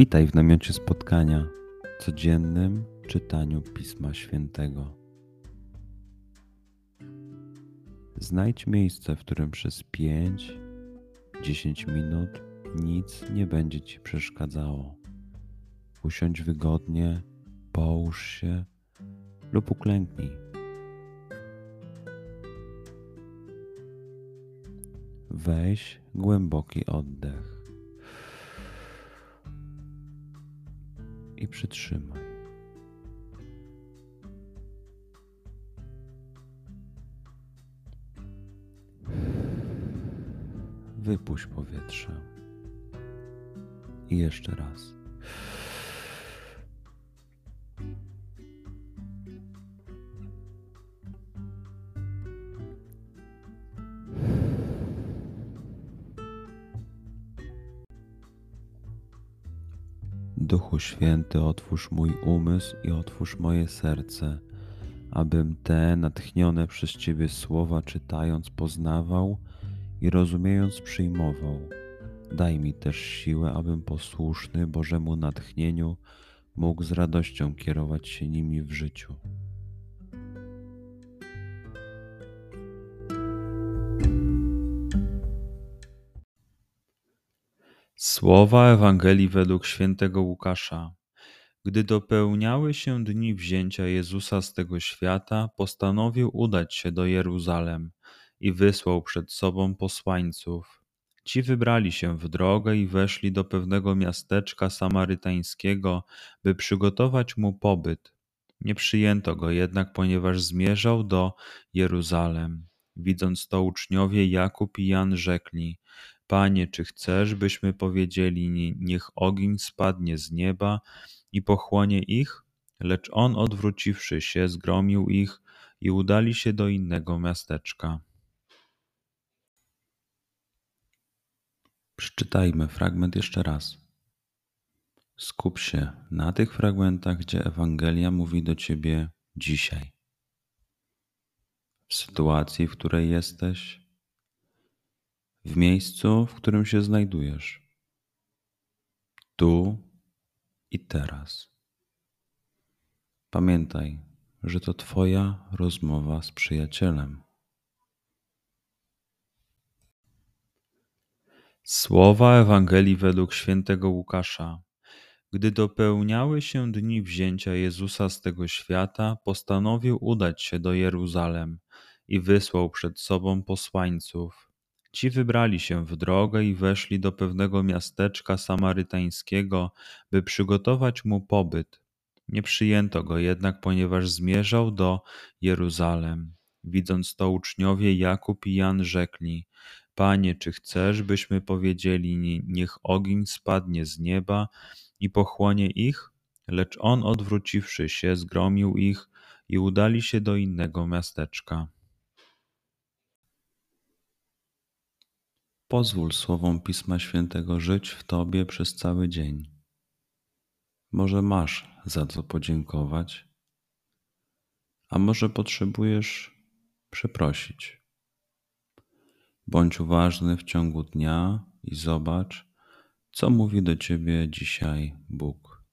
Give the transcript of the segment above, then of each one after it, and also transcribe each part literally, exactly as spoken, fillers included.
Witaj w namiocie spotkania, codziennym czytaniu Pisma Świętego. Znajdź miejsce, w którym przez pięć do dziesięciu minut nic nie będzie Ci przeszkadzało. Usiądź wygodnie, połóż się lub uklęknij. Weź głęboki oddech i przytrzymaj. Wypuść powietrze. I jeszcze raz. Duchu Święty, otwórz mój umysł i otwórz moje serce, abym te natchnione przez Ciebie słowa czytając poznawał i rozumiejąc przyjmował. Daj mi też siłę, abym posłuszny Bożemu natchnieniu mógł z radością kierować się nimi w życiu. Słowa Ewangelii według świętego Łukasza. Gdy dopełniały się dni wzięcia Jezusa z tego świata, postanowił udać się do Jeruzalem i wysłał przed sobą posłańców. Ci wybrali się w drogę i weszli do pewnego miasteczka samarytańskiego, by przygotować mu pobyt. Nie przyjęto go jednak, ponieważ zmierzał do Jeruzalem. Widząc to, uczniowie Jakub i Jan rzekli: Panie, czy chcesz, byśmy powiedzieli, niech ogień spadnie z nieba i pochłonie ich? Lecz on, odwróciwszy się, zgromił ich i udali się do innego miasteczka. Przeczytajmy fragment jeszcze raz. Skup się na tych fragmentach, gdzie Ewangelia mówi do Ciebie dzisiaj. W sytuacji, w której jesteś, w miejscu, w którym się znajdujesz, tu i teraz. Pamiętaj, że to Twoja rozmowa z przyjacielem. Słowa Ewangelii według świętego Łukasza. Gdy dopełniały się dni wzięcia Jezusa z tego świata, postanowił udać się do Jeruzalem i wysłał przed sobą posłańców. Ci wybrali się w drogę i weszli do pewnego miasteczka samarytańskiego, by przygotować mu pobyt. Nie przyjęto go jednak, ponieważ zmierzał do Jeruzalem. Widząc to, uczniowie Jakub i Jan rzekli: Panie, czy chcesz, byśmy powiedzieli, niech ogień spadnie z nieba i pochłonie ich? Lecz on, odwróciwszy się, zgromił ich i udali się do innego miasteczka. Pozwól słowom Pisma Świętego żyć w Tobie przez cały dzień. Może masz za co podziękować, a może potrzebujesz przeprosić. Bądź uważny w ciągu dnia i zobacz, co mówi do Ciebie dzisiaj Bóg.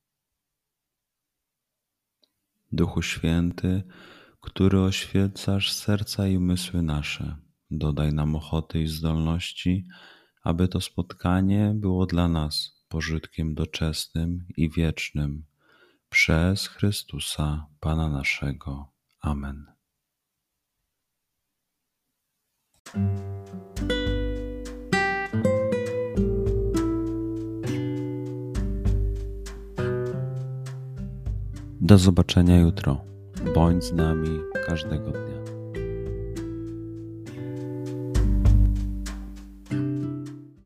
Duchu Święty, który oświecasz serca i umysły nasze, dodaj nam ochoty i zdolności, aby to spotkanie było dla nas pożytkiem doczesnym i wiecznym. Przez Chrystusa, Pana naszego. Amen. Do zobaczenia jutro. Bądź z nami każdego dnia.